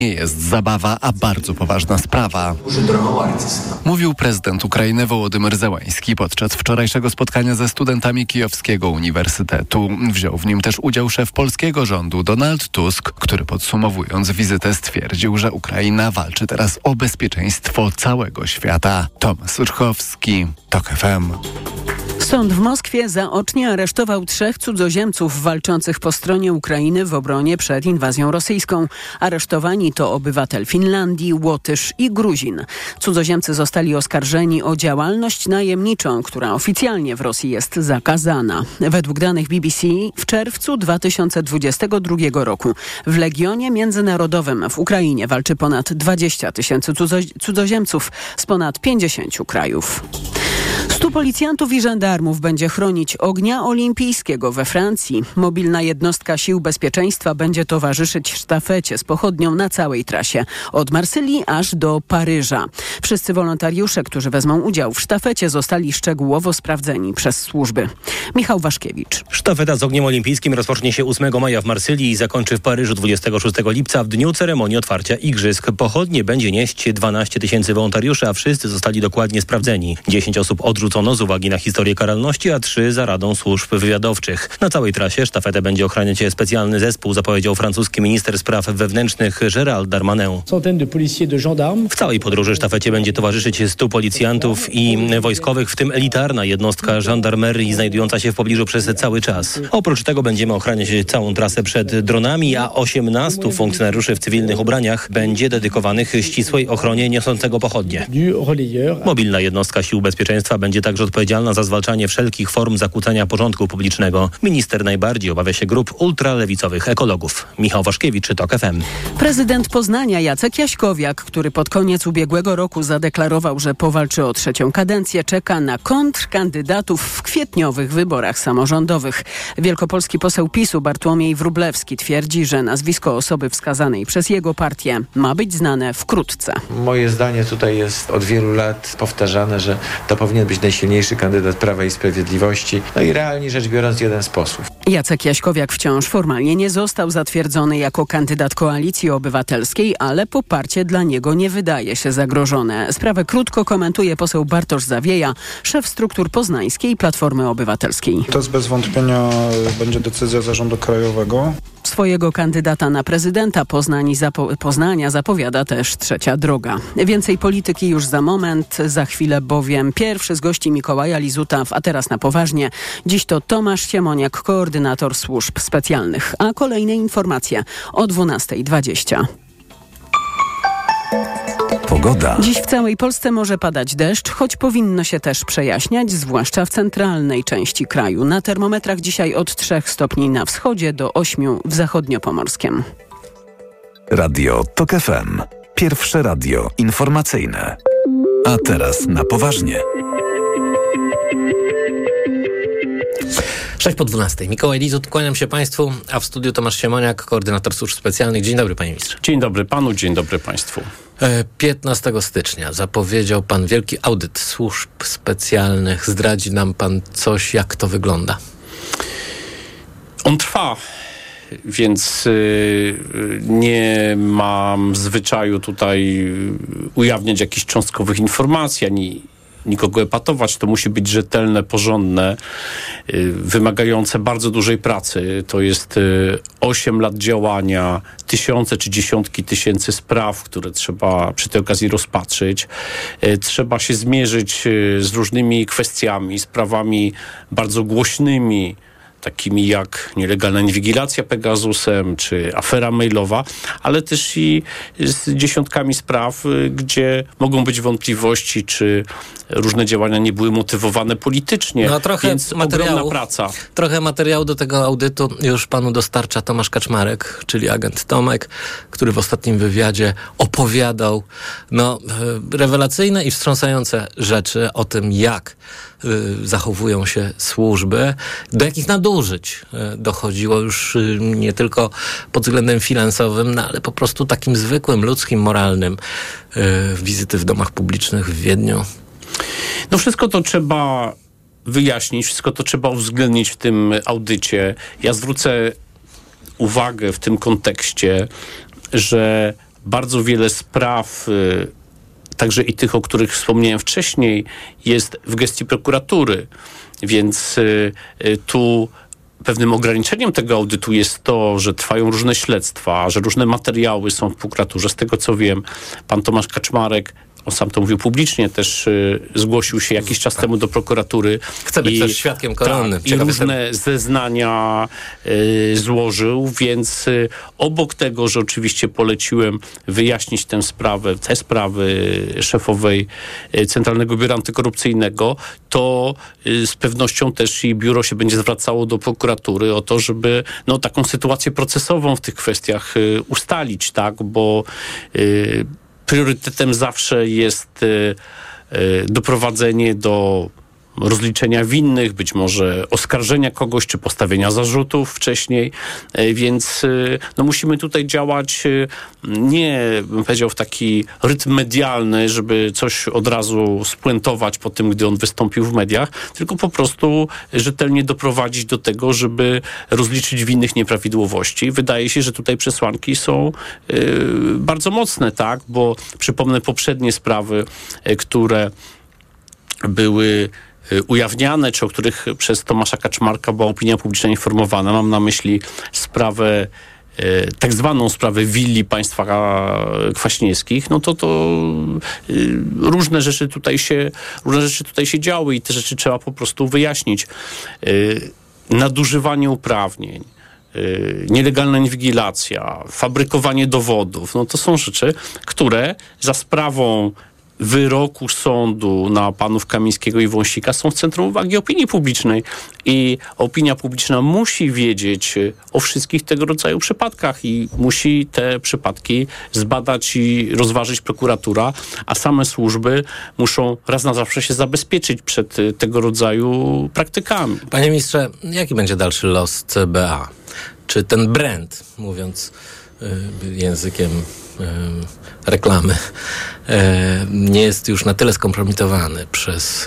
nie jest zabawa, a bardzo poważna sprawa. Mówił prezydent Ukrainy Wołodymyr Zełański podczas wczorajszego spotkania ze studentami Kijowskiego Uniwersytetu. Wziął w nim też udział szef polskiego rządu Donald Tusk, który podsumowując wizytę stwierdził, że Ukraina walczy teraz o bezpieczeństwo całego świata. Tomasz Urchowski, TOK FM. Sąd w Moskwie zaocznie aresztował 3 cudzoziemców walczących po stronie Ukrainy w obronie przed inwazją rosyjską. Aresztowani to obywatel Finlandii, Łotysz i Gruzin. Cudzoziemcy zostali oskarżeni o działalność najemniczą, która oficjalnie w Rosji jest zakazana. Według danych BBC w czerwcu 2022 roku w Legionie Międzynarodowym w Ukrainie walczy ponad 20 000 cudzoziemców z ponad 50 krajów. 100 policjantów i żandarmów będzie chronić ognia olimpijskiego we Francji. Mobilna jednostka sił bezpieczeństwa będzie towarzyszyć sztafecie z pochodnią na całej trasie, od Marsylii aż do Paryża. Wszyscy wolontariusze, którzy wezmą udział w sztafecie, zostali szczegółowo sprawdzeni przez służby. Michał Waszkiewicz. Sztafeta z ogniem olimpijskim rozpocznie się 8 maja w Marsylii i zakończy w Paryżu 26 lipca w dniu ceremonii otwarcia igrzysk. Pochodnie będzie nieść 12 000 wolontariuszy, a wszyscy zostali dokładnie sprawdzeni. 10 osób odrzucono z uwagi na historię karalności, a 3 za radą służb wywiadowczych. Na całej trasie sztafetę będzie ochraniać specjalny zespół, zapowiedział francuski minister spraw wewnętrznych Gérald Darmanin. W całej podróży sztafecie będzie towarzyszyć 100 policjantów i wojskowych, w tym elitarna jednostka żandarmerii znajdująca się w pobliżu przez cały czas. Oprócz tego będziemy ochraniać całą trasę przed dronami, a 18 funkcjonariuszy w cywilnych ubraniach będzie dedykowanych ścisłej ochronie niosącego pochodnie. Mobilna jednostka sił bezpieczeństwa będzie także odpowiedzialna za zwalczanie wszelkich form zakłócania porządku publicznego. Minister najbardziej obawia się grup ultralewicowych ekologów. Michał Waszkiewicz, TOK FM. Prezydent Poznania Jacek Jaśkowiak, który pod koniec ubiegłego roku zadeklarował, że powalczy o 3. kadencję, czeka na kontrkandydatów w kwietniowych wyborach samorządowych. Wielkopolski poseł PiS-u Bartłomiej Wróblewski twierdzi, że nazwisko osoby wskazanej przez jego partię ma być znane wkrótce. Moje zdanie tutaj jest od wielu lat powtarzane, że to powinien być najsilniejszy kandydat Prawa i Sprawiedliwości. No i realnie rzecz biorąc jeden z posłów. Jacek Jaśkowiak wciąż formalnie nie został zatwierdzony jako kandydat Koalicji Obywatelskiej, ale poparcie dla niego nie wydaje się zagrożone. Sprawę krótko komentuje poseł Bartosz Zawieja, szef struktur poznańskiej Platformy Obywatelskiej. To bez wątpienia będzie decyzja Zarządu Krajowego. Swojego kandydata na prezydenta Poznania zapowiada też Trzecia Droga. Więcej polityki już za moment, za chwilę bowiem pierwszy z gości Mikołaja Lizuta w A teraz na poważnie. Dziś to Tomasz Siemoniak, koordynator służb specjalnych. A kolejne informacje o 12:20. Pogoda. Dziś w całej Polsce może padać deszcz, choć powinno się też przejaśniać, zwłaszcza w centralnej części kraju. Na termometrach dzisiaj od 3 stopni na wschodzie do 8 w zachodniopomorskiem. Radio TOK FM. Pierwsze radio informacyjne. A teraz na poważnie. 6:12. Mikołaj Lizut, kłaniam się Państwu, a w studiu Tomasz Siemoniak, koordynator służb specjalnych. Dzień dobry, panie ministrze. Dzień dobry panu, dzień dobry państwu. 15 stycznia zapowiedział pan wielki audyt służb specjalnych. Zdradzi nam pan coś, jak to wygląda? On trwa, więc nie mam zwyczaju tutaj ujawniać jakichś cząstkowych informacji, ani nikogo epatować. To musi być rzetelne, porządne, wymagające bardzo dużej pracy. To jest 8 lat działania, tysiące czy dziesiątki tysięcy spraw, które trzeba przy tej okazji rozpatrzyć. Trzeba się zmierzyć z różnymi kwestiami, sprawami bardzo głośnymi, takimi jak nielegalna inwigilacja Pegasusem, czy afera mailowa, ale też i z dziesiątkami spraw, gdzie mogą być wątpliwości, czy różne działania nie były motywowane politycznie, no, trochę więc ogromna praca. Trochę materiału do tego audytu już panu dostarcza Tomasz Kaczmarek, czyli agent Tomek, który w ostatnim wywiadzie opowiadał rewelacyjne i wstrząsające rzeczy o tym, jak zachowują się służby, do jakich nadużyć dochodziło już nie tylko pod względem finansowym, ale po prostu takim zwykłym, ludzkim, moralnym. Wizyty w domach publicznych w Wiedniu. No wszystko to trzeba wyjaśnić, wszystko to trzeba uwzględnić w tym audycie. Ja zwrócę uwagę w tym kontekście, że bardzo wiele spraw, także i tych, o których wspomniałem wcześniej, jest w gestii prokuratury. Więc tu pewnym ograniczeniem tego audytu jest to, że trwają różne śledztwa, że różne materiały są w prokuraturze. Z tego co wiem, pan Tomasz Kaczmarek, on sam to mówił publicznie, też zgłosił się jakiś czas temu do prokuratury. Chce być też świadkiem koronnym. I różne zeznania złożył, więc obok tego, że oczywiście poleciłem wyjaśnić te sprawy szefowej Centralnego Biura Antykorupcyjnego, to z pewnością też i biuro się będzie zwracało do prokuratury o to, żeby taką sytuację procesową w tych kwestiach ustalić, tak, bo priorytetem zawsze jest doprowadzenie do rozliczenia winnych, być może oskarżenia kogoś, czy postawienia zarzutów wcześniej, więc musimy tutaj działać nie, bym powiedział, w taki rytm medialny, żeby coś od razu spuentować po tym, gdy on wystąpił w mediach, tylko po prostu rzetelnie doprowadzić do tego, żeby rozliczyć winnych nieprawidłowości. Wydaje się, że tutaj przesłanki są bardzo mocne, tak, bo przypomnę poprzednie sprawy, które były ujawniane, czy o których przez Tomasza Kaczmarka była opinia publiczna informowana. Mam na myśli sprawę, tak zwaną sprawę willi państwa Kwaśniewskich, to różne rzeczy tutaj się działy i te rzeczy trzeba po prostu wyjaśnić. Nadużywanie uprawnień, nielegalna inwigilacja, fabrykowanie dowodów, to są rzeczy, które za sprawą wyroku sądu na panów Kamińskiego i Wąsika są w centrum uwagi opinii publicznej i opinia publiczna musi wiedzieć o wszystkich tego rodzaju przypadkach i musi te przypadki zbadać i rozważyć prokuratura, a same służby muszą raz na zawsze się zabezpieczyć przed tego rodzaju praktykami. Panie ministrze, jaki będzie dalszy los CBA? Czy ten brand, mówiąc językiem reklamy, nie jest już na tyle skompromitowany przez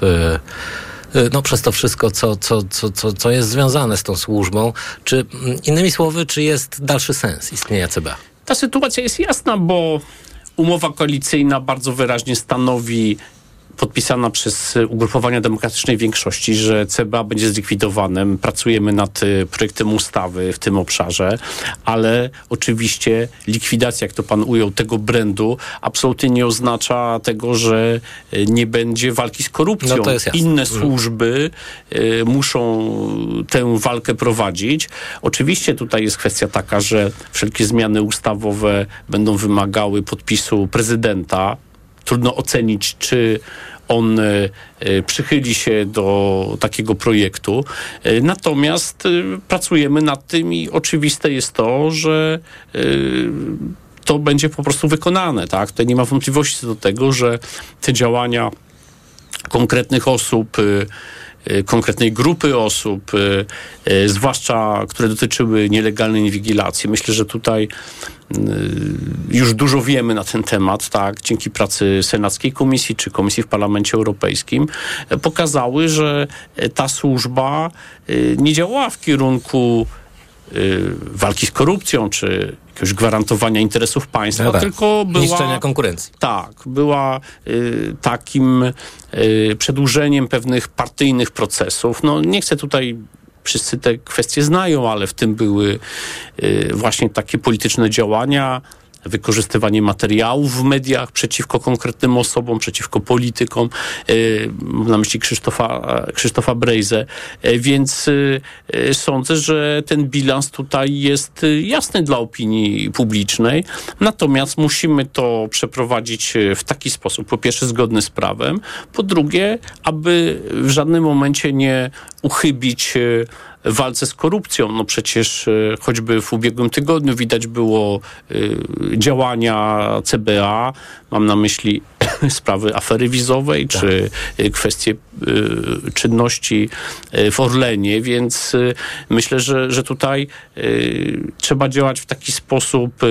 to wszystko, co jest związane z tą służbą? Czy innymi słowy, czy jest dalszy sens istnienia CBA? Ta sytuacja jest jasna, bo umowa koalicyjna bardzo wyraźnie stanowi, podpisana przez ugrupowania Demokratycznej Większości, że CBA będzie zlikwidowane. Pracujemy nad projektem ustawy w tym obszarze, ale oczywiście likwidacja, jak to pan ujął, tego brandu absolutnie nie oznacza tego, że nie będzie walki z korupcją. To jest jasne. Inne służby muszą tę walkę prowadzić. Oczywiście tutaj jest kwestia taka, że wszelkie zmiany ustawowe będą wymagały podpisu prezydenta. Trudno ocenić, czy on przychyli się do takiego projektu. Natomiast pracujemy nad tym i oczywiste jest to, że to będzie po prostu wykonane. Tak? Tutaj nie ma wątpliwości co do tego, że te działania konkretnych osób, konkretnej grupy osób, zwłaszcza które dotyczyły nielegalnej inwigilacji. Myślę, że tutaj już dużo wiemy na ten temat, tak, dzięki pracy Senackiej Komisji czy Komisji w Parlamencie Europejskim, pokazały, że ta służba nie działała w kierunku walki z korupcją, czy jakiegoś gwarantowania interesów państwa, tylko była... niszczenia konkurencji. Tak, była takim przedłużeniem pewnych partyjnych procesów. Nie chcę tutaj, wszyscy te kwestie znają, ale w tym były właśnie takie polityczne działania, wykorzystywanie materiałów w mediach przeciwko konkretnym osobom, przeciwko politykom. Mam na myśli Krzysztofa Brejzę. Więc sądzę, że ten bilans tutaj jest jasny dla opinii publicznej. Natomiast musimy to przeprowadzić w taki sposób, po pierwsze zgodny z prawem, po drugie, aby w żadnym momencie nie uchybić walce z korupcją. Przecież choćby w ubiegłym tygodniu widać było działania CBA, mam na myśli sprawy afery wizowej, czy kwestie czynności w Orlenie, więc myślę, że tutaj trzeba działać w taki sposób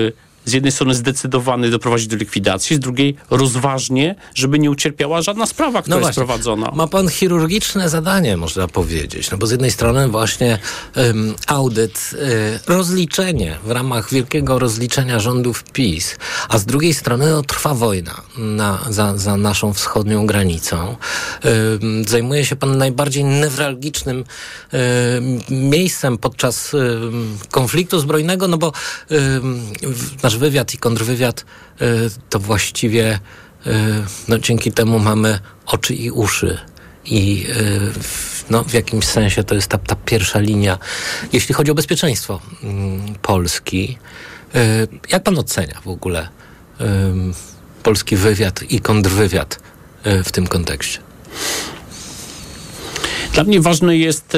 z jednej strony zdecydowany doprowadzić do likwidacji, z drugiej rozważnie, żeby nie ucierpiała żadna sprawa, która jest prowadzona. Ma pan chirurgiczne zadanie, można powiedzieć. No bo z jednej strony właśnie audyt, rozliczenie w ramach wielkiego rozliczenia rządów PiS, a z drugiej strony trwa wojna za naszą wschodnią granicą. Zajmuje się pan najbardziej newralgicznym miejscem podczas konfliktu zbrojnego, no bo nasz wywiad i kontrwywiad to właściwie dzięki temu mamy oczy i uszy i w jakimś sensie to jest ta pierwsza linia. Jeśli chodzi o bezpieczeństwo Polski, jak pan ocenia w ogóle polski wywiad i kontrwywiad w tym kontekście? Dla mnie ważne jest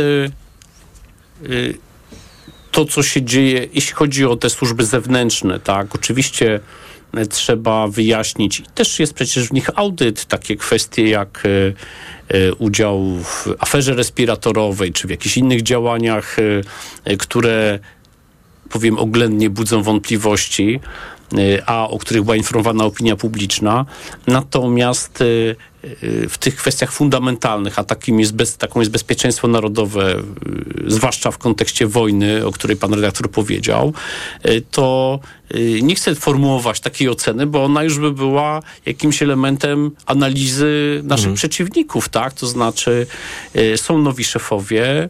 to, co się dzieje, jeśli chodzi o te służby zewnętrzne, tak? Oczywiście trzeba wyjaśnić, i też jest przecież w nich audyt, takie kwestie jak udział w aferze respiratorowej, czy w jakichś innych działaniach, które, powiem oględnie, budzą wątpliwości, a o których była informowana opinia publiczna. Natomiast w tych kwestiach fundamentalnych, a taką jest bezpieczeństwo narodowe, zwłaszcza w kontekście wojny, o której pan redaktor powiedział, to nie chcę formułować takiej oceny, bo ona już by była jakimś elementem analizy naszych przeciwników, tak? To znaczy są nowi szefowie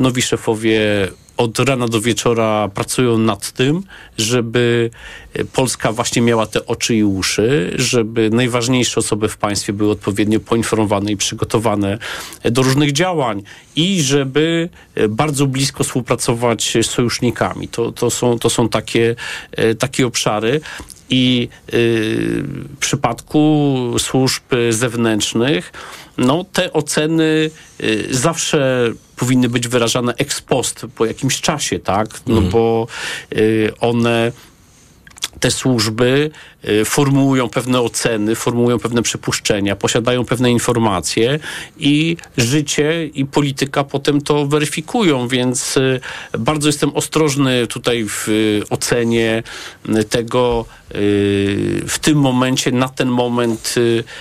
od rana do wieczora pracują nad tym, żeby Polska właśnie miała te oczy i uszy, żeby najważniejsze osoby w państwie były odpowiednio poinformowane i przygotowane do różnych działań i żeby bardzo blisko współpracować z sojusznikami. To są takie obszary. I w przypadku służb zewnętrznych te oceny zawsze powinny być wyrażane ex post po jakimś czasie, tak? Bo te służby formułują pewne oceny, formułują pewne przypuszczenia, posiadają pewne informacje i życie i polityka potem to weryfikują, więc bardzo jestem ostrożny tutaj w ocenie tego w tym momencie, na ten moment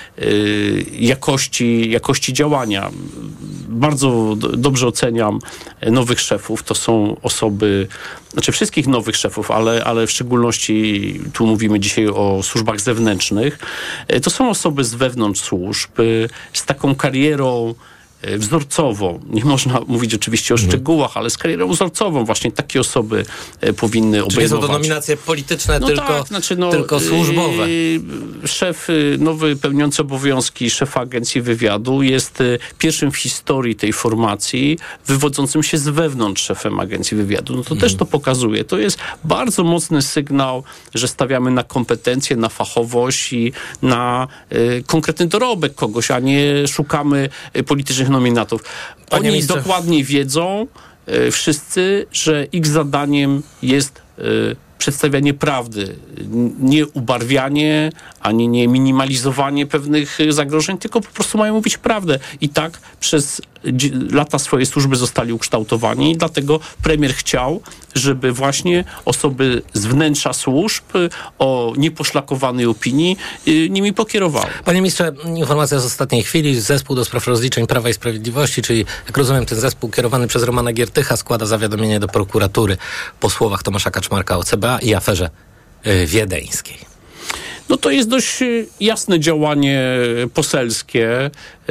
jakości działania. Bardzo dobrze oceniam nowych szefów. To są osoby, wszystkich nowych szefów, ale w szczególności tu mówimy dzisiaj o służbach zewnętrznych. To są osoby z wewnątrz służb, z taką karierą wzorcową. Nie można mówić oczywiście o szczegółach, ale z karierą wzorcową właśnie takie osoby powinny obejmować. Czyli są to nominacje polityczne, tylko służbowe. Szef nowy pełniący obowiązki szefa Agencji Wywiadu jest pierwszym w historii tej formacji wywodzącym się z wewnątrz szefem Agencji Wywiadu. To też to pokazuje. To jest bardzo mocny sygnał, że stawiamy na kompetencje, na fachowość i na konkretny dorobek kogoś, a nie szukamy politycznych nominatów. Oni dokładnie wiedzą wszyscy, że ich zadaniem jest przedstawianie prawdy. Nie ubarwianie, ani nie minimalizowanie pewnych zagrożeń, tylko po prostu mają mówić prawdę. I tak przez lata swojej służby zostali ukształtowani i dlatego premier chciał, żeby właśnie osoby z wnętrza służb o nieposzlakowanej opinii nimi pokierowały. Panie ministrze, informacja z ostatniej chwili. Zespół do spraw rozliczeń Prawa i Sprawiedliwości, czyli jak rozumiem ten zespół kierowany przez Romana Giertycha, składa zawiadomienie do prokuratury po słowach Tomasza Kaczmarka o CBA i aferze wiedeńskiej. To jest dość jasne działanie poselskie.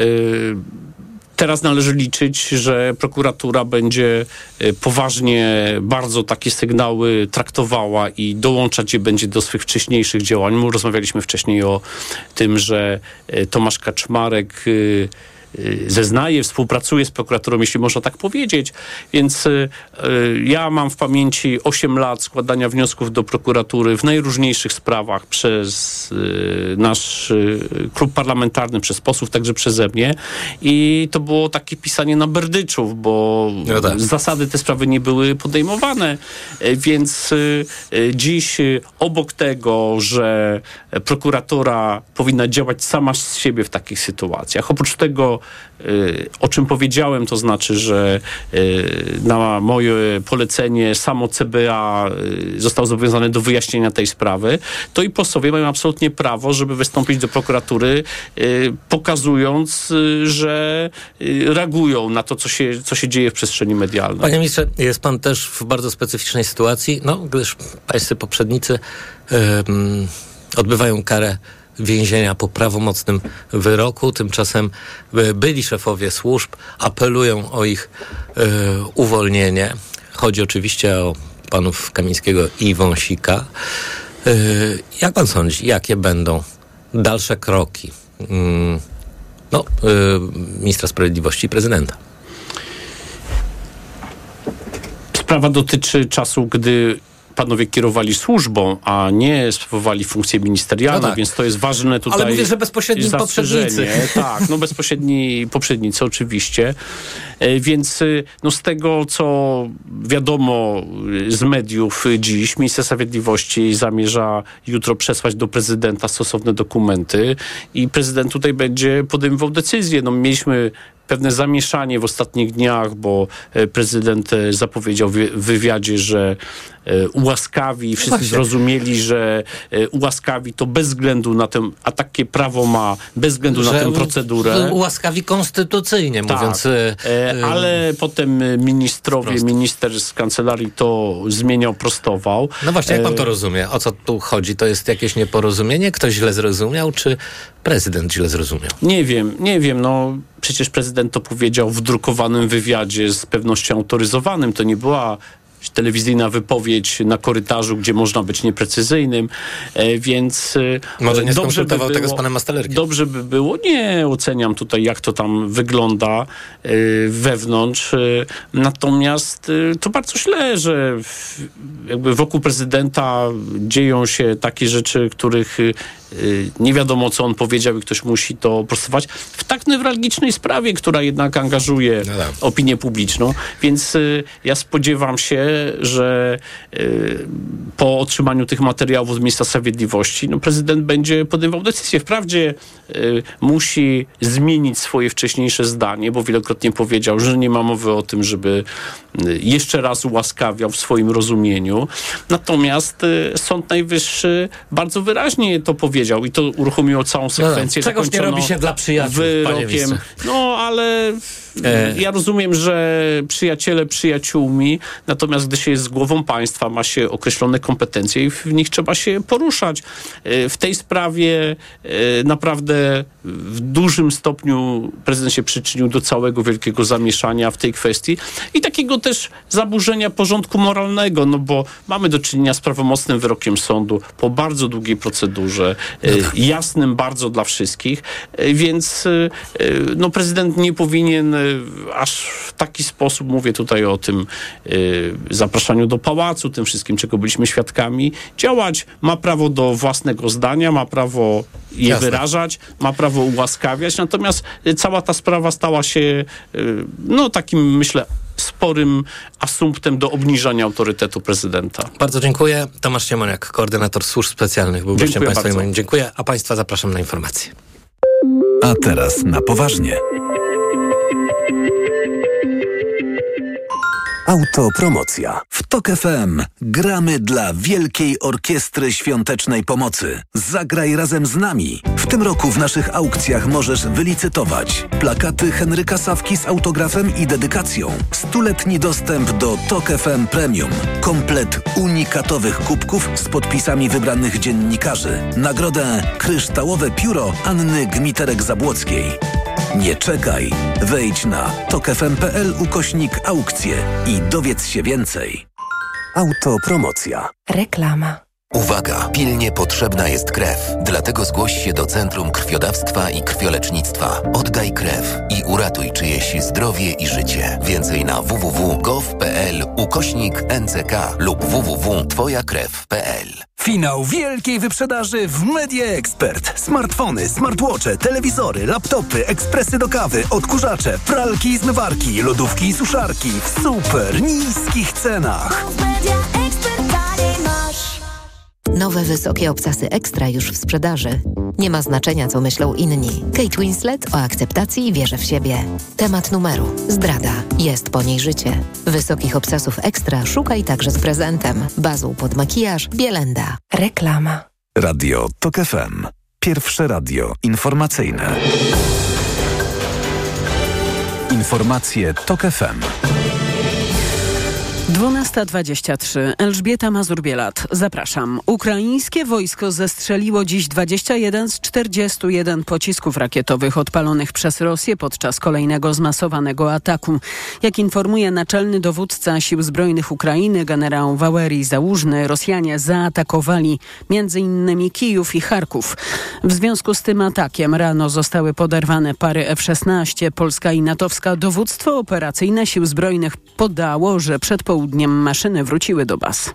Teraz należy liczyć, że prokuratura będzie poważnie bardzo takie sygnały traktowała i dołączać je będzie do swych wcześniejszych działań. My rozmawialiśmy wcześniej o tym, że Tomasz Kaczmarek zeznaje, współpracuje z prokuraturą, jeśli można tak powiedzieć. Więc ja mam w pamięci 8 lat składania wniosków do prokuratury w najróżniejszych sprawach przez nasz klub parlamentarny, przez posłów, także przeze mnie. I to było takie pisanie na berdyczów, bo z zasady te sprawy nie były podejmowane. Więc dziś obok tego, że prokuratura powinna działać sama z siebie w takich sytuacjach, oprócz tego o czym powiedziałem, to znaczy, że na moje polecenie samo CBA został zobowiązany do wyjaśnienia tej sprawy, to i posłowie mają absolutnie prawo, żeby wystąpić do prokuratury, pokazując, że reagują na to, co się dzieje w przestrzeni medialnej. Panie ministrze, jest pan też w bardzo specyficznej sytuacji, gdyż pańscy poprzednicy odbywają karę więzienia po prawomocnym wyroku. Tymczasem byli szefowie służb apelują o ich uwolnienie. Chodzi oczywiście o panów Kamińskiego i Wąsika. Jak pan sądzi, jakie będą dalsze kroki ministra sprawiedliwości i prezydenta? Sprawa dotyczy czasu, gdy panowie kierowali służbą, a nie sprawowali funkcje ministerialne, więc to jest ważne tutaj. Ale mówię, że bezpośredni poprzednicy. Tak, bezpośredni poprzednicy oczywiście. Więc z tego, co wiadomo z mediów dziś, minister sprawiedliwości zamierza jutro przesłać do prezydenta stosowne dokumenty i prezydent tutaj będzie podejmował decyzję. Mieliśmy pewne zamieszanie w ostatnich dniach, bo prezydent zapowiedział w wywiadzie, że ułaskawi, wszyscy zrozumieli, że ułaskawi to bez względu na tę, a takie prawo ma, bez względu na tę procedurę. Ułaskawi konstytucyjnie, tak, mówiąc. Ale potem minister z kancelarii to zmieniał, prostował. No właśnie, jak pan to rozumie? O co tu chodzi? To jest jakieś nieporozumienie? Ktoś źle zrozumiał, czy prezydent źle zrozumiał? Nie wiem, przecież prezydent to powiedział w drukowanym wywiadzie z pewnością autoryzowanym. To nie była telewizyjna wypowiedź na korytarzu, gdzie można być nieprecyzyjnym, więc może nie skonsultował tego z panem Mastalerkiem. Dobrze by było. Nie oceniam tutaj, jak to tam wygląda wewnątrz. Natomiast to bardzo źle, że jakby wokół prezydenta dzieją się takie rzeczy, których nie wiadomo, co on powiedział i ktoś musi to prostować w tak newralgicznej sprawie, która jednak angażuje opinię publiczną. Więc ja spodziewam się, że po otrzymaniu tych materiałów od ministra sprawiedliwości prezydent będzie podejmował decyzję. Wprawdzie musi zmienić swoje wcześniejsze zdanie, bo wielokrotnie powiedział, że nie ma mowy o tym, żeby jeszcze raz ułaskawiał w swoim rozumieniu. Natomiast Sąd Najwyższy bardzo wyraźnie to powiedział i to uruchomiło całą sekwencję. Czegoś nie robi się dla przyjaciół, wyrokiem. Ale ja rozumiem, że przyjaciele przyjaciółmi, natomiast gdy się jest z głową państwa, ma się określone kompetencje i w nich trzeba się poruszać. W tej sprawie naprawdę w dużym stopniu prezydent się przyczynił do całego wielkiego zamieszania w tej kwestii i takiego też zaburzenia porządku moralnego, bo mamy do czynienia z prawomocnym wyrokiem sądu po bardzo długiej procedurze, jasnym bardzo dla wszystkich, więc prezydent nie powinien aż w taki sposób, mówię tutaj o tym zapraszaniu do pałacu, tym wszystkim, czego byliśmy świadkami, działać. Ma prawo do własnego zdania, ma prawo je wyrażać, ma prawo ułaskawiać, natomiast cała ta sprawa stała się takim, myślę, sporym asumptem do obniżania autorytetu prezydenta. Bardzo dziękuję. Tomasz Siemoniak, koordynator służb specjalnych, był gościem państwa i moim. Dziękuję, a państwa zapraszam na informacje. A teraz na poważnie. Autopromocja. W TOK FM gramy dla Wielkiej Orkiestry Świątecznej Pomocy. Zagraj razem z nami. W tym roku w naszych aukcjach możesz wylicytować plakaty Henryka Sawki z autografem i dedykacją, 100-letni dostęp do TOK FM Premium, komplet unikatowych kubków z podpisami wybranych dziennikarzy, nagrodę Kryształowe Pióro Anny Gmiterek-Zabłockiej. Nie czekaj. Wejdź na tokfm.pl/aukcje i dowiedz się więcej. Autopromocja. Reklama. Uwaga! Pilnie potrzebna jest krew. Dlatego zgłoś się do Centrum Krwiodawstwa i Krwiolecznictwa. Oddaj krew i uratuj czyjeś zdrowie i życie. Więcej na www.gov.pl/NCK lub www.twojakrew.pl. Finał wielkiej wyprzedaży w Media Expert. Smartfony, smartwatche, telewizory, laptopy, ekspresy do kawy, odkurzacze, pralki i zmywarki, lodówki i suszarki w super niskich cenach. Nowe wysokie obcasy Extra już w sprzedaży. Nie ma znaczenia, co myślą inni. Kate Winslet o akceptacji i wierze w siebie. Temat numeru. Zdrada. Jest po niej życie. Wysokich obcasów Extra szukaj także z prezentem. Bazą pod makijaż Bielenda. Reklama. Radio TOK FM. Pierwsze radio informacyjne. Informacje TOK FM. 12:23. Elżbieta Mazur-Bielat. Zapraszam. Ukraińskie wojsko zestrzeliło dziś 21 z 41 pocisków rakietowych odpalonych przez Rosję podczas kolejnego zmasowanego ataku. Jak informuje naczelny dowódca Sił Zbrojnych Ukrainy generał Walerij Załużny, Rosjanie zaatakowali m.in. Kijów i Charków. W związku z tym atakiem rano zostały poderwane pary F-16. Polska i natowska dowództwo operacyjne Sił Zbrojnych podało, że przed południem maszyny wróciły do baz.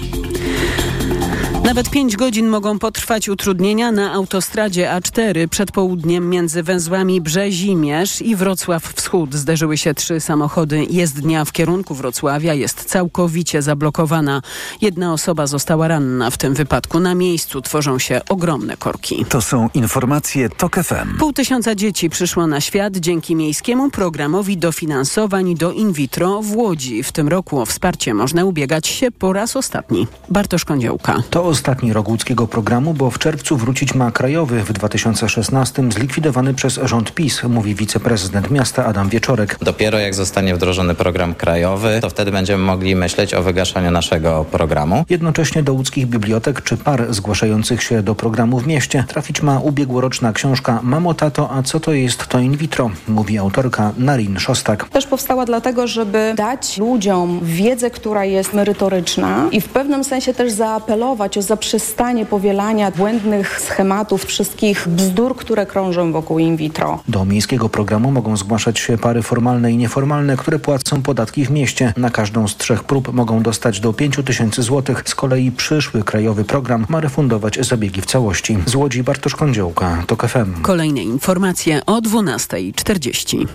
Nawet 5 godzin mogą potrwać utrudnienia na autostradzie A4 przed południem między węzłami Brzezimierz i Wrocław Wschód. Zderzyły się 3 samochody. Jezdnia w kierunku Wrocławia jest całkowicie zablokowana. 1 osoba została ranna w tym wypadku. Na miejscu tworzą się ogromne korki. To są informacje TOK FM. 500 dzieci przyszło na świat dzięki miejskiemu programowi dofinansowań do in vitro w Łodzi. W tym roku o wsparcie można ubiegać się po raz ostatni. Bartosz Kądziołka. To ostatni rok łódzkiego programu, bo w czerwcu wrócić ma krajowy, w 2016 zlikwidowany przez rząd PiS, mówi wiceprezydent miasta Adam Wieczorek. Dopiero jak zostanie wdrożony program krajowy, to wtedy będziemy mogli myśleć o wygaszaniu naszego programu. Jednocześnie do łódzkich bibliotek czy par zgłaszających się do programu w mieście trafić ma ubiegłoroczna książka Mamo, tato, a co to jest to in vitro? Mówi autorka Narin Szostak. Też powstała dlatego, żeby dać ludziom wiedzę, która jest merytoryczna i w pewnym sensie też zaapelować o zaprzestanie powielania błędnych schematów, wszystkich bzdur, które krążą wokół in vitro. Do miejskiego programu mogą zgłaszać się pary formalne i nieformalne, które płacą podatki w mieście. Na każdą z 3 prób mogą dostać do 5 000 złotych. Z kolei przyszły krajowy program ma refundować zabiegi w całości. Z Łodzi Bartosz Kądziołka, TOK FM. Kolejne informacje o 12:40.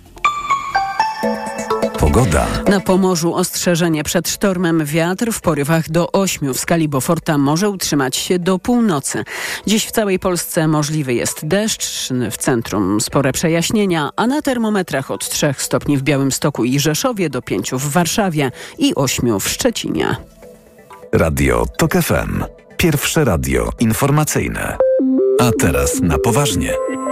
Pogoda. Na Pomorzu ostrzeżenie przed sztormem. Wiatr w porywach do 8 w skali Beauforta może utrzymać się do północy. Dziś w całej Polsce możliwy jest deszcz, w centrum spore przejaśnienia, a na termometrach od 3 stopni w Białymstoku i Rzeszowie do 5 w Warszawie i 8 w Szczecinie. Radio TOK FM. Pierwsze radio informacyjne. A teraz na poważnie.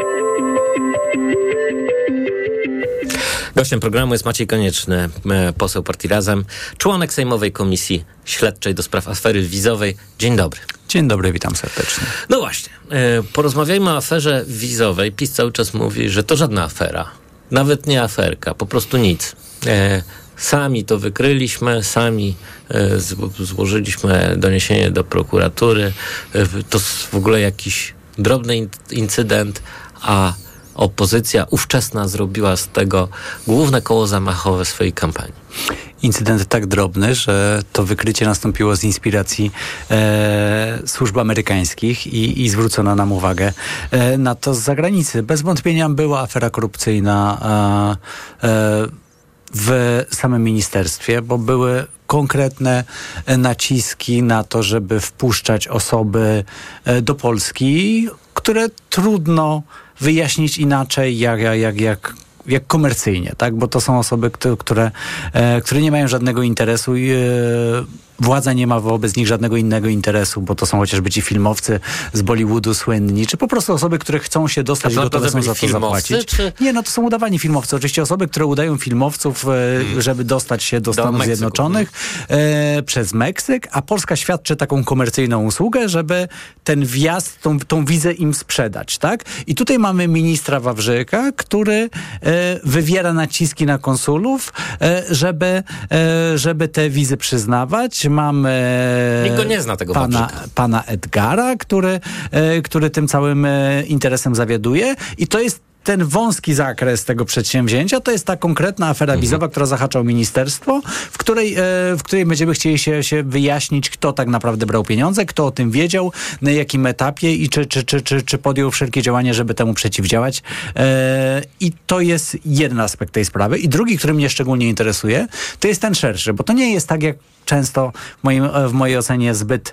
Gościem programu jest Maciej Konieczny, poseł partii Razem, członek Sejmowej Komisji Śledczej do spraw afery wizowej. Dzień dobry. Dzień dobry, witam serdecznie. No właśnie, porozmawiajmy o aferze wizowej. PiS cały czas mówi, że to żadna afera, nawet nie aferka, po prostu nic. Sami to wykryliśmy, sami złożyliśmy doniesienie do prokuratury. To w ogóle jakiś drobny incydent, a opozycja ówczesna zrobiła z tego główne koło zamachowe swojej kampanii. Incydent tak drobny, że to wykrycie nastąpiło z inspiracji służb amerykańskich i zwrócono nam uwagę na to z zagranicy. Bez wątpienia była afera korupcyjna w samym ministerstwie, bo były konkretne naciski na to, żeby wpuszczać osoby do Polski, które trudno wyjaśnić inaczej jak komercyjnie, tak? Bo to są osoby, które nie mają żadnego interesu i władza nie ma wobec nich żadnego innego interesu, bo to są chociażby ci filmowcy z Bollywoodu słynni, czy po prostu osoby, które chcą się dostać i gotowe są za to zapłacić. Czy... Nie, no to są udawani filmowcy. Oczywiście osoby, które udają filmowców, żeby dostać się do Stanów Zjednoczonych przez Meksyk, a Polska świadczy taką komercyjną usługę, żeby ten wjazd, tą wizę im sprzedać, tak? I tutaj mamy ministra Wawrzyka, który wywiera naciski na konsulów, żeby te wizy przyznawać. Mamy nikt go nie zna, tego pana Edgara, który tym całym interesem zawiaduje i to jest ten wąski zakres tego przedsięwzięcia to jest ta konkretna afera wizowa, która zahacza o ministerstwo, w której będziemy chcieli się wyjaśnić, kto tak naprawdę brał pieniądze, kto o tym wiedział, na jakim etapie i czy podjął wszelkie działania, żeby temu przeciwdziałać. I to jest jeden aspekt tej sprawy. I drugi, który mnie szczególnie interesuje, to jest ten szerszy, bo to nie jest tak, jak często w mojej ocenie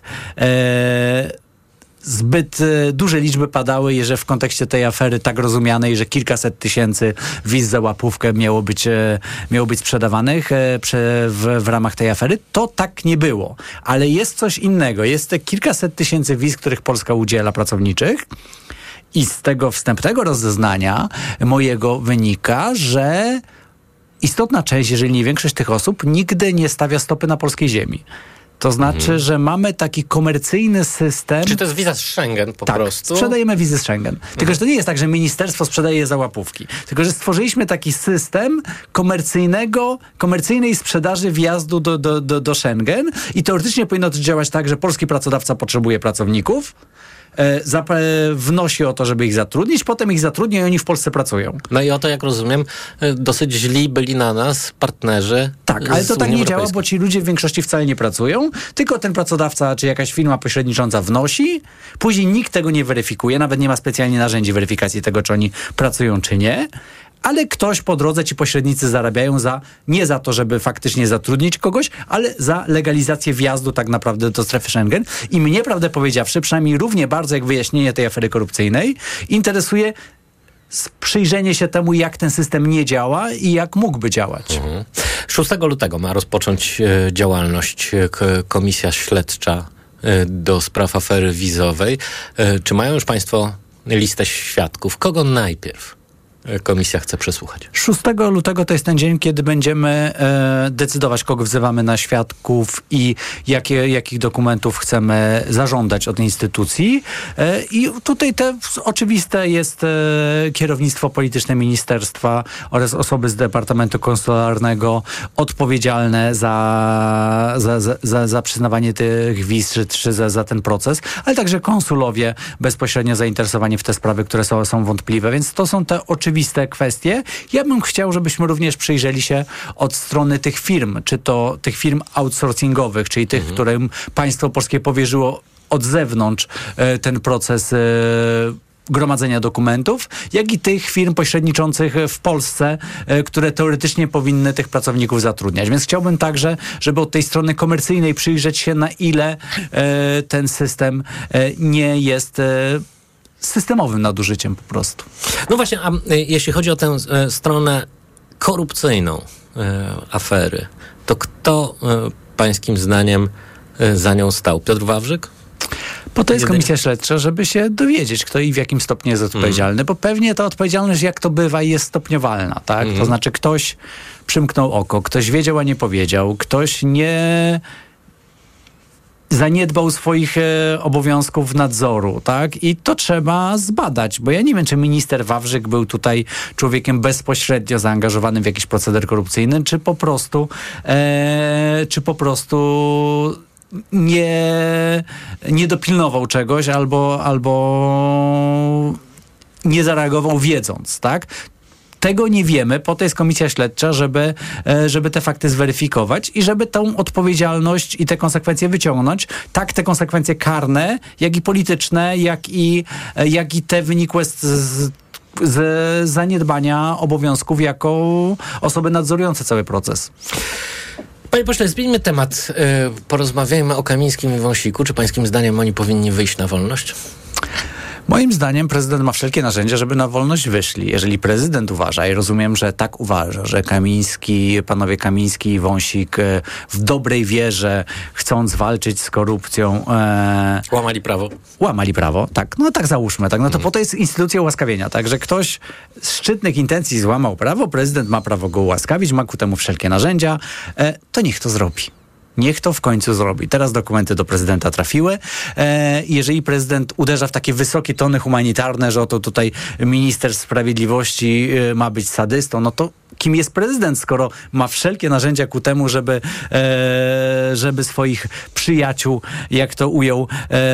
zbyt duże liczby padały, że w kontekście tej afery tak rozumianej, że kilkaset tysięcy wiz za łapówkę miało być sprzedawanych w ramach tej afery. To tak nie było. Ale jest coś innego. Jest te kilkaset tysięcy wiz, których Polska udziela pracowniczych. I z tego wstępnego rozeznania mojego wynika, że istotna część, jeżeli nie większość tych osób, nigdy nie stawia stopy na polskiej ziemi. To znaczy, że mamy taki komercyjny system. Czy to jest wiza z Schengen po prostu? Sprzedajemy wizy z Schengen. Tylko, że to nie jest tak, że ministerstwo sprzedaje je za łapówki. Tylko, że stworzyliśmy taki system komercyjnej sprzedaży wjazdu do Schengen i teoretycznie powinno to działać tak, że polski pracodawca potrzebuje pracowników, wnosi o to, żeby ich zatrudnić, potem ich zatrudnia i oni w Polsce pracują. No i o to, jak rozumiem, dosyć źli byli na nas partnerzy. Tak, ale to tak nie działa, bo ci ludzie w większości wcale nie pracują, tylko ten pracodawca czy jakaś firma pośrednicząca wnosi, później nikt tego nie weryfikuje, nawet nie ma specjalnie narzędzi weryfikacji tego, czy oni pracują, czy nie. Ale ktoś po drodze, ci pośrednicy zarabiają nie za to, żeby faktycznie zatrudnić kogoś, ale za legalizację wjazdu tak naprawdę do strefy Schengen. I mnie, prawdę powiedziawszy, przynajmniej równie bardzo jak wyjaśnienie tej afery korupcyjnej, interesuje przyjrzenie się temu, jak ten system nie działa i jak mógłby działać. 6 lutego ma rozpocząć działalność Komisja Śledcza do spraw afery wizowej. Czy mają już państwo listę świadków? Kogo najpierw komisja chce przesłuchać? 6 lutego to jest ten dzień, kiedy będziemy decydować, kogo wzywamy na świadków i jakich dokumentów chcemy zażądać od instytucji. I tutaj oczywiste jest kierownictwo polityczne ministerstwa oraz osoby z Departamentu Konsularnego odpowiedzialne za przyznawanie tych wiz, czy za ten proces, ale także konsulowie bezpośrednio zainteresowani w te sprawy, które są wątpliwe. Więc to są te oczywiste kwestie. Ja bym chciał, żebyśmy również przyjrzeli się od strony tych firm, czy to tych firm outsourcingowych, czyli tych, którym państwo polskie powierzyło od zewnątrz ten proces gromadzenia dokumentów, jak i tych firm pośredniczących w Polsce, które teoretycznie powinny tych pracowników zatrudniać. Więc chciałbym także, żeby od tej strony komercyjnej przyjrzeć się, na ile ten system nie jest systemowym nadużyciem po prostu. No właśnie, a jeśli chodzi o tę stronę korupcyjną afery, to kto pańskim zdaniem za nią stał? Piotr Wawrzyk? Po to jest komisja śledcza, żeby się dowiedzieć, kto i w jakim stopniu jest odpowiedzialny, bo pewnie ta odpowiedzialność, jak to bywa, jest stopniowalna, tak? To znaczy ktoś przymknął oko, ktoś wiedział, a nie powiedział, ktoś nie zaniedbał swoich obowiązków nadzoru, tak? I to trzeba zbadać, bo ja nie wiem, czy minister Wawrzyk był tutaj człowiekiem bezpośrednio zaangażowanym w jakiś proceder korupcyjny, czy po prostu nie dopilnował czegoś albo nie zareagował wiedząc, tak? Tego nie wiemy, po to jest komisja śledcza, żeby te fakty zweryfikować i żeby tą odpowiedzialność i te konsekwencje wyciągnąć. Tak te konsekwencje karne, jak i polityczne, jak i te wynikłe z zaniedbania obowiązków jako osoby nadzorujące cały proces. Panie pośle, zmieńmy temat. Porozmawiajmy o Kamińskim i Wąsiku. Czy pańskim zdaniem oni powinni wyjść na wolność? Moim zdaniem prezydent ma wszelkie narzędzia, żeby na wolność wyszli. Jeżeli prezydent uważa, i rozumiem, że tak uważa, że panowie Kamiński i Wąsik w dobrej wierze, chcąc walczyć z korupcją... Łamali prawo. Łamali prawo, tak. No tak załóżmy, tak. No to po to jest instytucja ułaskawienia, tak, że ktoś z szczytnych intencji złamał prawo, prezydent ma prawo go ułaskawić, ma ku temu wszelkie narzędzia, to niech to zrobi. Niech to w końcu zrobi. Teraz dokumenty do prezydenta trafiły. Jeżeli prezydent uderza w takie wysokie tony humanitarne, że oto tutaj minister sprawiedliwości ma być sadystą, no to kim jest prezydent, skoro ma wszelkie narzędzia ku temu, żeby swoich przyjaciół, jak to ujął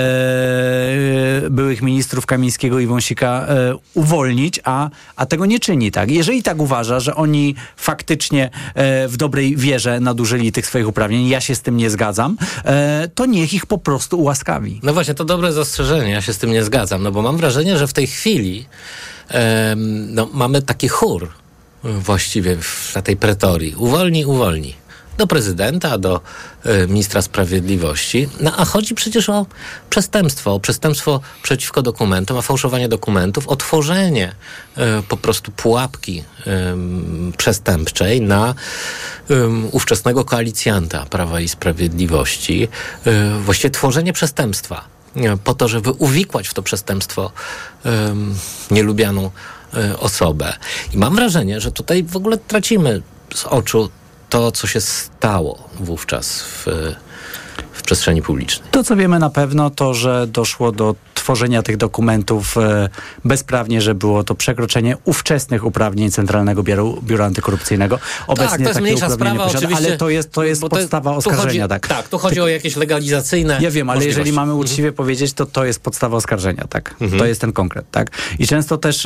byłych ministrów Kamińskiego i Wąsika, uwolnić, a tego nie czyni. Tak. Jeżeli tak uważa, że oni faktycznie w dobrej wierze nadużyli tych swoich uprawnień, ja się z tym nie zgadzam, to niech ich po prostu ułaskawi. No właśnie, to dobre zastrzeżenie, ja się z tym nie zgadzam, no bo mam wrażenie, że w tej chwili mamy taki chór właściwie na tej pretorii. Uwolni. Do prezydenta, do ministra sprawiedliwości. No a chodzi przecież o przestępstwo przeciwko dokumentom, o fałszowanie dokumentów, o tworzenie po prostu pułapki przestępczej na ówczesnego koalicjanta Prawa i Sprawiedliwości. Właściwie tworzenie przestępstwa po to, żeby uwikłać w to przestępstwo nielubianą osobę. I mam wrażenie, że tutaj w ogóle tracimy z oczu to, co się stało wówczas w przestrzeni publicznej. To, co wiemy na pewno, to, że doszło do tworzenia tych dokumentów bezprawnie, że było to przekroczenie ówczesnych uprawnień Centralnego Biura Antykorupcyjnego. Obecnie tak, to jest mniejsza sprawa, oczywiście. Ale to jest podstawa oskarżenia. Tu chodzi o jakieś legalizacyjne Ja wiem, ale jeżeli mamy uczciwie powiedzieć, to jest podstawa oskarżenia, tak? To jest ten konkret, tak? I często też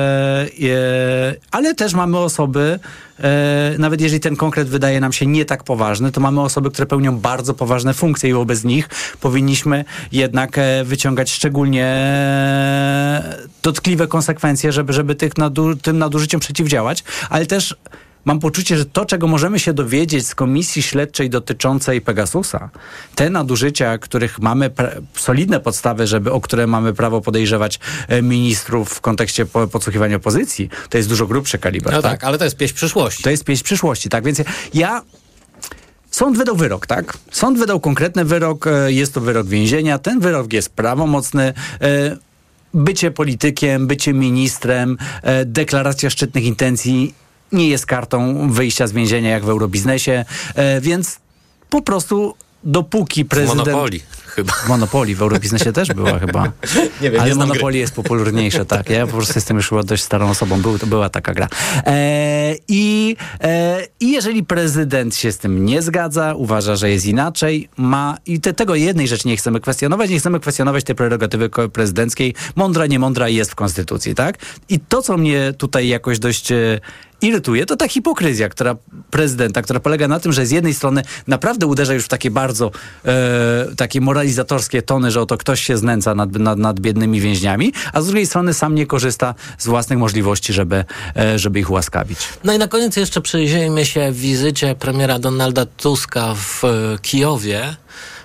ale też mamy osoby, nawet jeżeli ten konkret wydaje nam się nie tak poważny, to mamy osoby, które pełnią bardzo poważne funkcje i wobec nich powinniśmy jednak wyciągać szczególnie dotkliwe konsekwencje, żeby tym nadużyciom przeciwdziałać, ale też mam poczucie, że to, czego możemy się dowiedzieć z komisji śledczej dotyczącej Pegasusa, te nadużycia, których mamy solidne podstawy, o które mamy prawo podejrzewać ministrów w kontekście podsłuchiwania opozycji, to jest dużo grubszy kaliber. No tak, ale to jest pieśń przyszłości. To jest pieśń przyszłości, tak, więc Sąd wydał wyrok, tak? Sąd wydał konkretny wyrok, jest to wyrok więzienia, ten wyrok jest prawomocny. Bycie politykiem, bycie ministrem, deklaracja szczytnych intencji nie jest kartą wyjścia z więzienia jak w eurobiznesie, więc po prostu dopóki prezydent... Monopolii chyba. Monopolii w eurobiznesie też była chyba. Nie wiem, ale Monopoly jest popularniejsze, tak. Ja po prostu jestem już dość starą osobą. Była taka gra. I jeżeli prezydent się z tym nie zgadza, uważa, że jest inaczej, tego jednej rzeczy nie chcemy kwestionować tej prerogatywy prezydenckiej. Mądra, nie mądra jest w Konstytucji, tak? I to, co mnie tutaj jakoś dość irytuje, to ta hipokryzja prezydenta, która polega na tym, że z jednej strony naprawdę uderza już w takie bardzo takie moralizatorskie tony, że oto ktoś się znęca nad biednymi więźniami, a z drugiej strony sam nie korzysta z własnych możliwości, żeby ich ułaskawić. No i na koniec jeszcze przyjrzyjmy się wizycie premiera Donalda Tuska w Kijowie.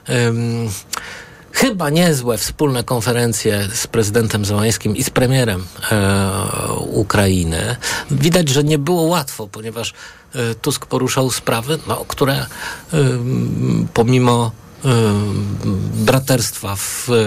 Chyba niezłe wspólne konferencje z prezydentem Zełańskim i z premierem Ukrainy. Widać, że nie było łatwo, ponieważ Tusk poruszał sprawy, które pomimo braterstwa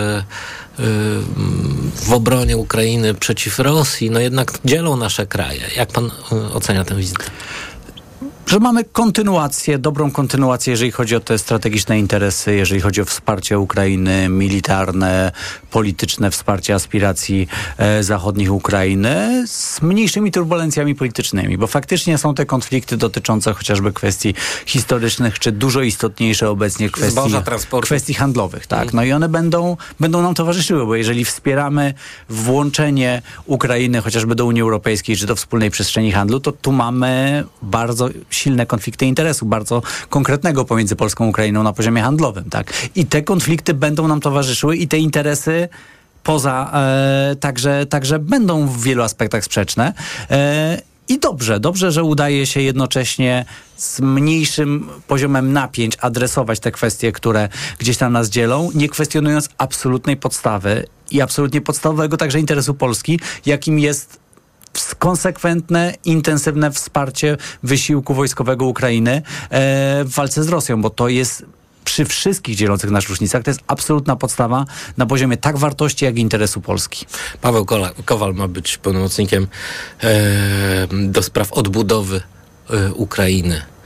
w obronie Ukrainy przeciw Rosji, jednak dzielą nasze kraje. Jak pan ocenia tę wizytę? Że mamy dobrą kontynuację, jeżeli chodzi o te strategiczne interesy, jeżeli chodzi o wsparcie Ukrainy, militarne, polityczne wsparcie aspiracji zachodnich Ukrainy z mniejszymi turbulencjami politycznymi, bo faktycznie są te konflikty dotyczące chociażby kwestii historycznych, czy dużo istotniejsze obecnie kwestii handlowych, tak? No i one będą nam towarzyszyły, bo jeżeli wspieramy włączenie Ukrainy chociażby do Unii Europejskiej, czy do wspólnej przestrzeni handlu, to tu mamy bardzo silne konflikty interesu, bardzo konkretnego pomiędzy Polską a Ukrainą na poziomie handlowym, tak? I te konflikty będą nam towarzyszyły i te interesy także będą w wielu aspektach sprzeczne. I dobrze, że udaje się jednocześnie z mniejszym poziomem napięć adresować te kwestie, które gdzieś tam nas dzielą, nie kwestionując absolutnej podstawy i absolutnie podstawowego także interesu Polski, jakim jest konsekwentne, intensywne wsparcie wysiłku wojskowego Ukrainy w walce z Rosją, bo to jest przy wszystkich dzielących nas różnicach, to jest absolutna podstawa na poziomie tak wartości, jak i interesu Polski. Paweł Kowal ma być pełnomocnikiem do spraw odbudowy Ukrainy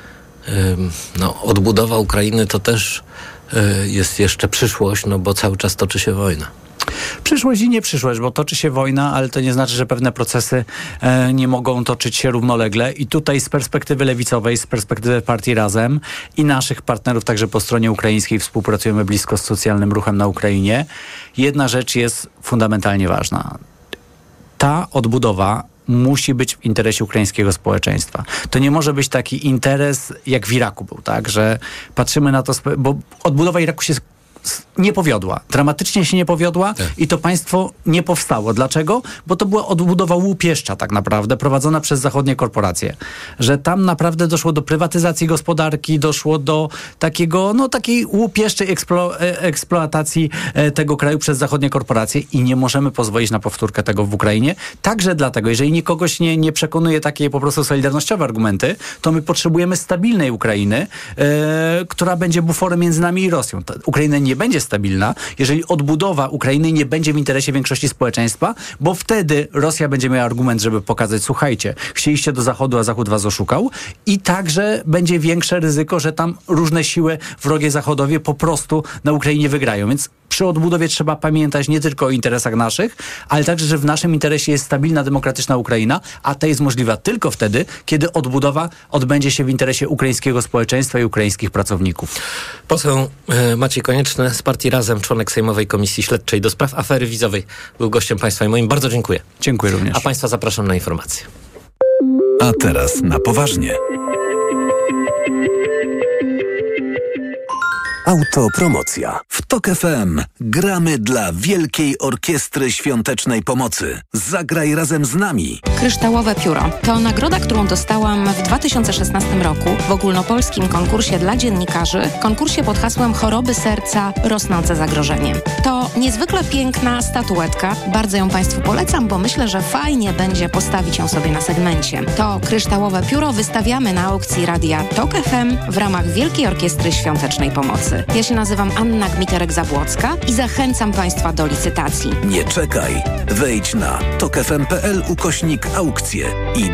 odbudowa Ukrainy to też jest jeszcze przyszłość, bo cały czas toczy się wojna. Przyszłość i nie przyszłość, bo toczy się wojna, ale to nie znaczy, że pewne procesy nie mogą toczyć się równolegle. I tutaj z perspektywy lewicowej, z perspektywy partii Razem i naszych partnerów także po stronie ukraińskiej współpracujemy blisko z socjalnym ruchem na Ukrainie. Jedna rzecz jest fundamentalnie ważna. Ta odbudowa musi być w interesie ukraińskiego społeczeństwa. To nie może być taki interes, jak w Iraku był, tak? Że patrzymy na to, bo odbudowa Iraku się nie powiodła. Dramatycznie się nie powiodła i to państwo nie powstało. Dlaczego? Bo to była odbudowa łupieszcza tak naprawdę, prowadzona przez zachodnie korporacje. Że tam naprawdę doszło do prywatyzacji gospodarki, doszło do takiej łupieszczej eksploatacji tego kraju przez zachodnie korporacje i nie możemy pozwolić na powtórkę tego w Ukrainie. Także dlatego, jeżeli nikogoś nie przekonuje takie po prostu solidarnościowe argumenty, to my potrzebujemy stabilnej Ukrainy, która będzie buforem między nami i Rosją. Ukraina nie będzie stabilna, jeżeli odbudowa Ukrainy nie będzie w interesie większości społeczeństwa, bo wtedy Rosja będzie miała argument, żeby pokazać, słuchajcie, chcieliście do Zachodu, a Zachód was oszukał i także będzie większe ryzyko, że tam różne siły wrogie Zachodowie po prostu na Ukrainie wygrają. Więc przy odbudowie trzeba pamiętać nie tylko o interesach naszych, ale także, że w naszym interesie jest stabilna, demokratyczna Ukraina, a ta jest możliwa tylko wtedy, kiedy odbudowa odbędzie się w interesie ukraińskiego społeczeństwa i ukraińskich pracowników. Poseł Maciej Konieczny z partii Razem, członek Sejmowej Komisji Śledczej do spraw afery wizowej, był gościem państwa i moim. Bardzo dziękuję. Dziękuję również. A państwa zapraszam na informacje. A teraz na poważnie. Autopromocja. W TOK FM gramy dla Wielkiej Orkiestry Świątecznej Pomocy. Zagraj razem z nami. Kryształowe Pióro to nagroda, którą dostałam w 2016 roku w ogólnopolskim konkursie dla dziennikarzy, konkursie pod hasłem Choroby serca – rosnące zagrożenie. To niezwykle piękna statuetka. Bardzo ją Państwu polecam, bo myślę, że fajnie będzie postawić ją sobie na segmencie. To Kryształowe Pióro wystawiamy na aukcji radia TOK FM w ramach Wielkiej Orkiestry Świątecznej Pomocy. Ja się nazywam Anna Gmiterek-Zabłocka i zachęcam Państwa do licytacji. Nie czekaj. Wejdź na tokfm.pl/aukcje i